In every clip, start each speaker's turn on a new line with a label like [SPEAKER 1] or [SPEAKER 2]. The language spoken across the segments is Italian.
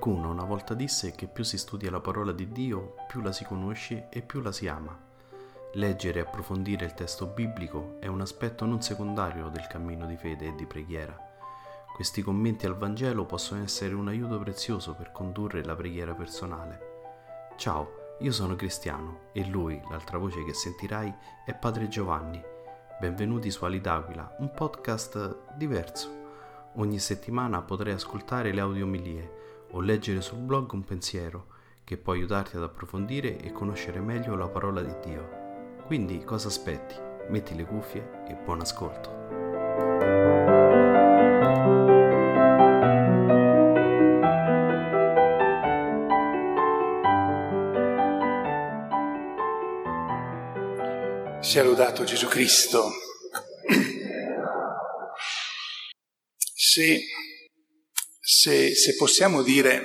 [SPEAKER 1] Qualcuno una volta disse che più si studia la parola di Dio, più la si conosce e più la si ama. Leggere e approfondire il testo biblico è un aspetto non secondario del cammino di fede e di preghiera. Questi commenti al Vangelo possono essere un aiuto prezioso per condurre la preghiera personale. Ciao, io sono Cristiano e lui, l'altra voce che sentirai, è Padre Giovanni. Benvenuti su Ali d'Aquila, un podcast diverso. Ogni settimana potrai ascoltare le audiomilie o leggere sul blog un pensiero che può aiutarti ad approfondire e conoscere meglio la parola di Dio. Quindi cosa aspetti? Metti le cuffie e buon ascolto.
[SPEAKER 2] Sia lodato Gesù Cristo. Se possiamo dire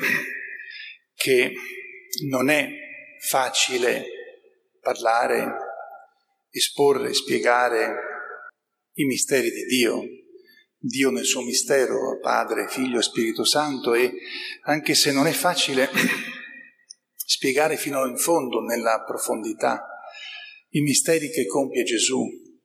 [SPEAKER 2] che non è facile parlare, esporre, spiegare i misteri di Dio, Dio nel suo mistero, Padre, Figlio e Spirito Santo, e anche se non è facile spiegare fino in fondo, nella profondità, i misteri che compie Gesù,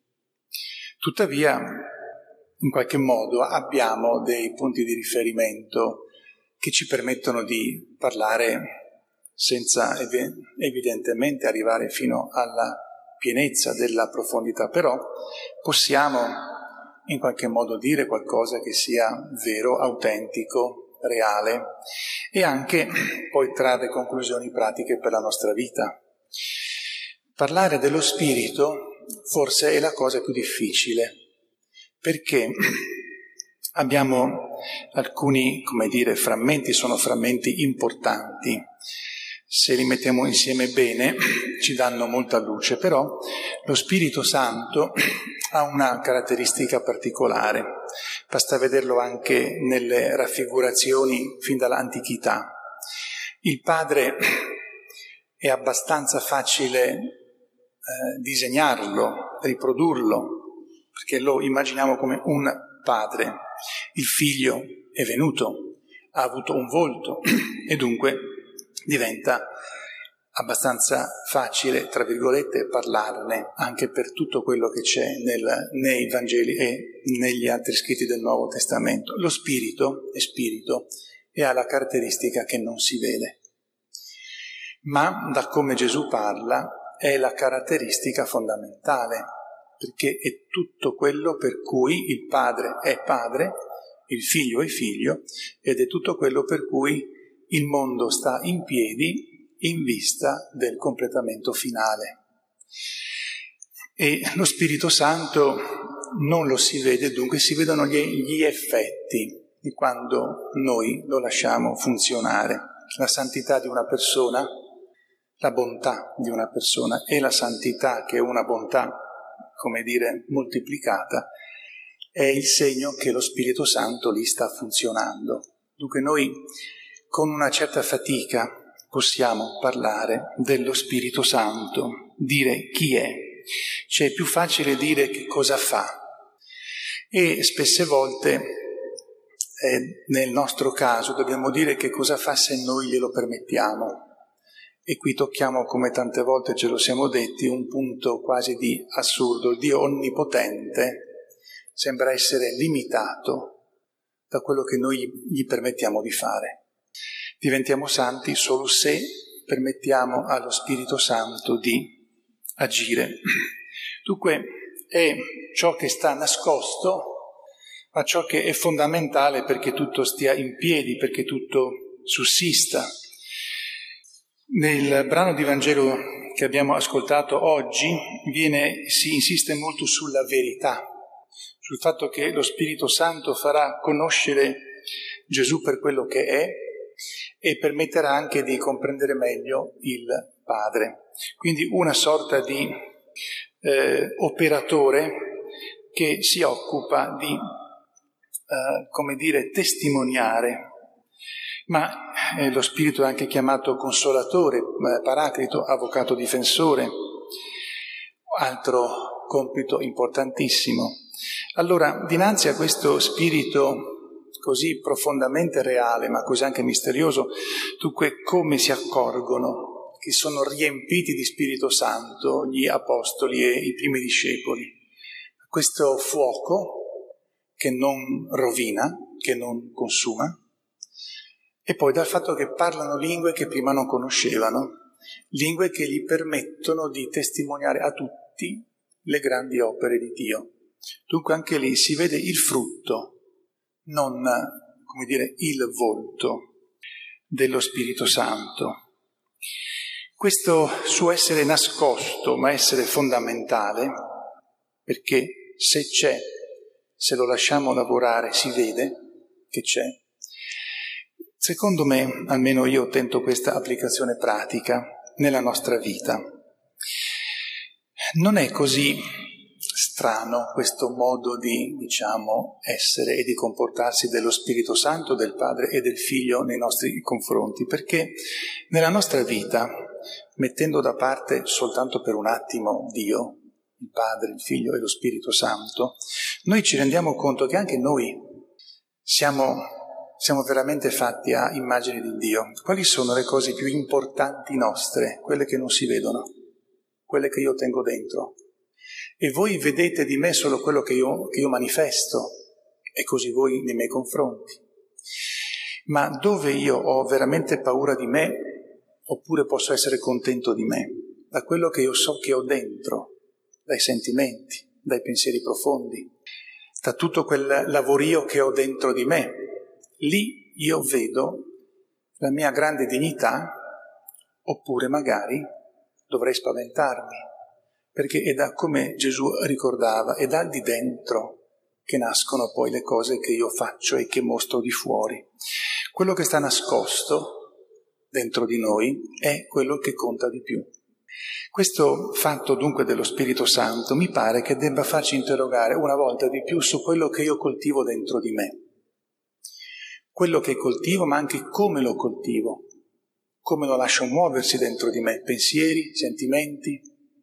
[SPEAKER 2] tuttavia in qualche modo abbiamo dei punti di riferimento che ci permettono di parlare senza evidentemente arrivare fino alla pienezza della profondità, però possiamo in qualche modo dire qualcosa che sia vero, autentico, reale e anche poi trarre conclusioni pratiche per la nostra vita. Parlare dello Spirito forse è la cosa più difficile, perché abbiamo alcuni, frammenti, sono frammenti importanti. Se li mettiamo insieme bene ci danno molta luce, però lo Spirito Santo ha una caratteristica particolare. Basta vederlo anche nelle raffigurazioni fin dall'antichità. Il Padre è abbastanza facile disegnarlo, riprodurlo, perché lo immaginiamo come un padre. Il figlio è venuto, ha avuto un volto e dunque diventa abbastanza facile, tra virgolette, parlarne anche per tutto quello che c'è nei Vangeli e negli altri scritti del Nuovo Testamento. Lo Spirito è Spirito e ha la caratteristica che non si vede, ma da come Gesù parla è la caratteristica fondamentale, perché è tutto quello per cui il Padre è Padre, il Figlio è Figlio, ed è tutto quello per cui il mondo sta in piedi in vista del completamento finale. E lo Spirito Santo non lo si vede, dunque si vedono gli effetti di quando noi lo lasciamo funzionare. La santità di una persona, la bontà di una persona e la santità, che è una bontà, moltiplicata, è il segno che lo Spirito Santo lì sta funzionando. Dunque noi con una certa fatica possiamo parlare dello Spirito Santo, dire chi è. Cioè è più facile dire che cosa fa. E spesse volte, nel nostro caso, dobbiamo dire che cosa fa se noi glielo permettiamo. E qui tocchiamo, come tante volte ce lo siamo detti, un punto quasi di assurdo. Il Dio onnipotente sembra essere limitato da quello che noi gli permettiamo di fare. Diventiamo santi solo se permettiamo allo Spirito Santo di agire. Dunque è ciò che sta nascosto, ma ciò che è fondamentale perché tutto stia in piedi, perché tutto sussista. Nel brano di Vangelo che abbiamo ascoltato oggi si insiste molto sulla verità, sul fatto che lo Spirito Santo farà conoscere Gesù per quello che è e permetterà anche di comprendere meglio il Padre. Quindi una sorta di operatore che si occupa di, testimoniare. Ma lo Spirito è anche chiamato Consolatore, Paraclito, Avvocato Difensore, altro compito importantissimo. Allora, dinanzi a questo Spirito così profondamente reale, ma così anche misterioso, dunque come si accorgono che sono riempiti di Spirito Santo gli apostoli e i primi discepoli. Questo fuoco che non rovina, che non consuma, e poi dal fatto che parlano lingue che prima non conoscevano, lingue che gli permettono di testimoniare a tutti le grandi opere di Dio. Dunque anche lì si vede il frutto, non, come dire, il volto dello Spirito Santo. Questo suo essere nascosto, ma essere fondamentale, perché se c'è, se lo lasciamo lavorare, si vede che c'è. Secondo me, almeno io tento questa applicazione pratica nella nostra vita. Non è così strano questo modo di, essere e di comportarsi dello Spirito Santo, del Padre e del Figlio nei nostri confronti, perché nella nostra vita, mettendo da parte soltanto per un attimo Dio, il Padre, il Figlio e lo Spirito Santo, noi ci rendiamo conto che anche noi siamo veramente fatti a immagine di Dio. Quali sono le cose più importanti nostre? Quelle che non si vedono, quelle che io tengo dentro. E voi vedete di me solo quello che io manifesto, e così voi nei miei confronti. Ma dove io ho veramente paura di me, oppure posso essere contento di me? Da quello che io so che ho dentro, dai sentimenti, dai pensieri profondi, da tutto quel lavorio che ho dentro di me. Lì io vedo la mia grande dignità, oppure magari dovrei spaventarmi, perché è da, come Gesù ricordava, è dal di dentro che nascono poi le cose che io faccio e che mostro di fuori. Quello che sta nascosto dentro di noi è quello che conta di più. Questo fatto dunque dello Spirito Santo mi pare che debba farci interrogare una volta di più su quello che io coltivo dentro di me. Quello che coltivo, ma anche come lo coltivo, come lo lascio muoversi dentro di me, pensieri, sentimenti.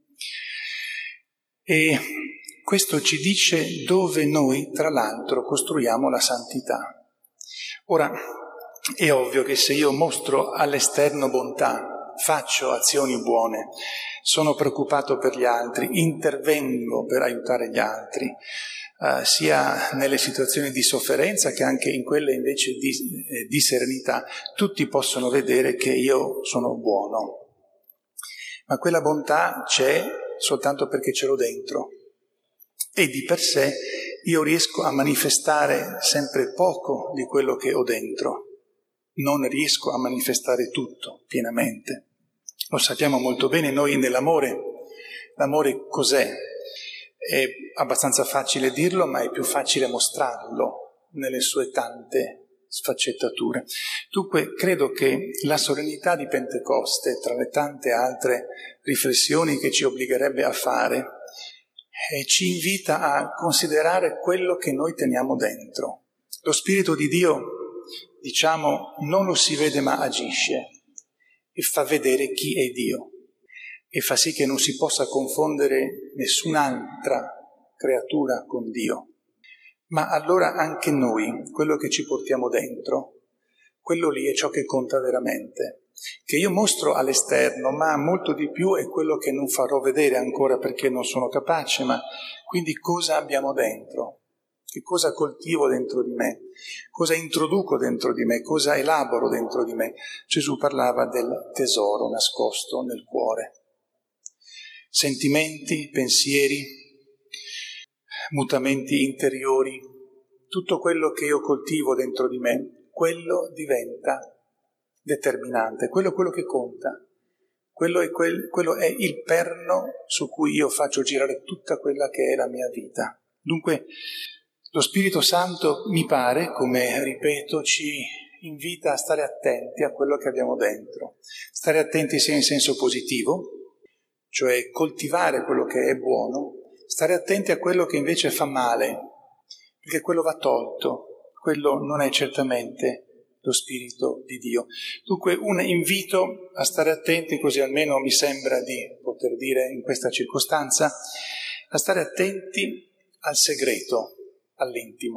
[SPEAKER 2] E questo ci dice dove noi, tra l'altro, costruiamo la santità. Ora, è ovvio che se io mostro all'esterno bontà, faccio azioni buone, sono preoccupato per gli altri, intervengo per aiutare gli altri, sia nelle situazioni di sofferenza che anche in quelle invece di serenità, tutti possono vedere che io sono buono. Ma quella bontà c'è soltanto perché ce l'ho dentro. E di per sé io riesco a manifestare sempre poco di quello che ho dentro. Non riesco a manifestare tutto pienamente. Lo sappiamo molto bene noi nell'amore. L'amore cos'è? È abbastanza facile dirlo, ma è più facile mostrarlo nelle sue tante sfaccettature. Dunque, credo che la solennità di Pentecoste, tra le tante altre riflessioni che ci obbligherebbe a fare, ci invita a considerare quello che noi teniamo dentro. Lo Spirito di Dio, non lo si vede ma agisce e fa vedere chi è Dio. E fa sì che non si possa confondere nessun'altra creatura con Dio. Ma allora anche noi, quello che ci portiamo dentro, quello lì è ciò che conta veramente. Che io mostro all'esterno, ma molto di più è quello che non farò vedere ancora perché non sono capace, ma quindi cosa abbiamo dentro? Che cosa coltivo dentro di me? Cosa introduco dentro di me? Cosa elaboro dentro di me? Gesù parlava del tesoro nascosto nel cuore. Sentimenti, pensieri, mutamenti interiori, tutto quello che io coltivo dentro di me, quello diventa determinante, quello è quello che conta, quello è il perno su cui io faccio girare tutta quella che è la mia vita. Dunque lo Spirito Santo, mi pare, come ripeto, ci invita a stare attenti a quello che abbiamo dentro, stare attenti sia in senso positivo, cioè coltivare quello che è buono, stare attenti a quello che invece fa male, perché quello va tolto, quello non è certamente lo Spirito di Dio. Dunque un invito a stare attenti, così almeno mi sembra di poter dire in questa circostanza, a stare attenti al segreto, all'intimo.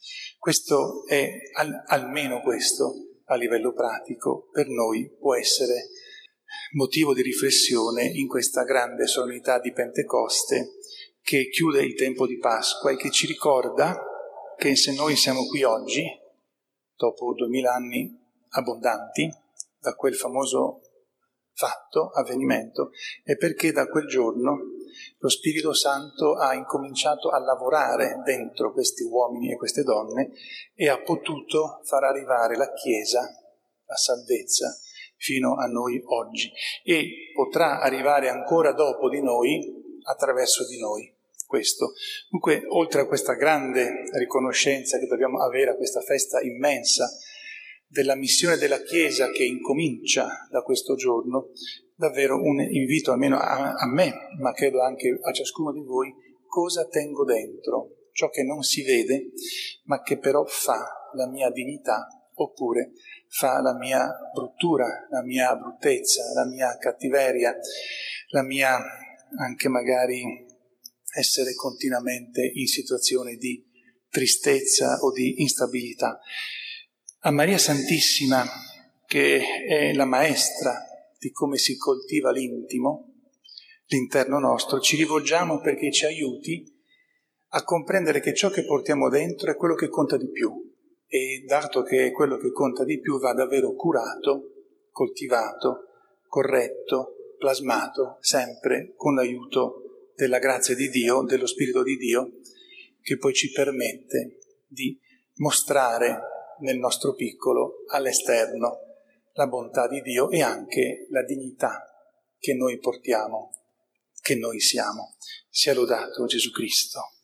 [SPEAKER 2] Questo è, almeno questo, a livello pratico, per noi può essere motivo di riflessione in questa grande solennità di Pentecoste che chiude il tempo di Pasqua e che ci ricorda che se noi siamo qui oggi, dopo 2000 anni abbondanti, da quel famoso avvenimento, è perché da quel giorno lo Spirito Santo ha incominciato a lavorare dentro questi uomini e queste donne e ha potuto far arrivare la Chiesa, la salvezza, fino a noi oggi e potrà arrivare ancora dopo di noi, attraverso di noi. Questo. Dunque, oltre a questa grande riconoscenza che dobbiamo avere a questa festa immensa della missione della Chiesa che incomincia da questo giorno, davvero un invito almeno a me, ma credo anche a ciascuno di voi, cosa tengo dentro, ciò che non si vede, ma che però fa la mia dignità, oppure fa la mia bruttura, la mia bruttezza, la mia cattiveria, la mia anche magari essere continuamente in situazioni di tristezza o di instabilità. A Maria Santissima, che è la maestra di come si coltiva l'intimo, l'interno nostro, ci rivolgiamo perché ci aiuti a comprendere che ciò che portiamo dentro è quello che conta di più e dato che è quello che conta di più va davvero curato, coltivato, corretto, plasmato, sempre con l'aiuto della grazia di Dio, dello Spirito di Dio, che poi ci permette di mostrare nel nostro piccolo, all'esterno, la bontà di Dio e anche la dignità che noi portiamo, che noi siamo. Sia lodato Gesù Cristo.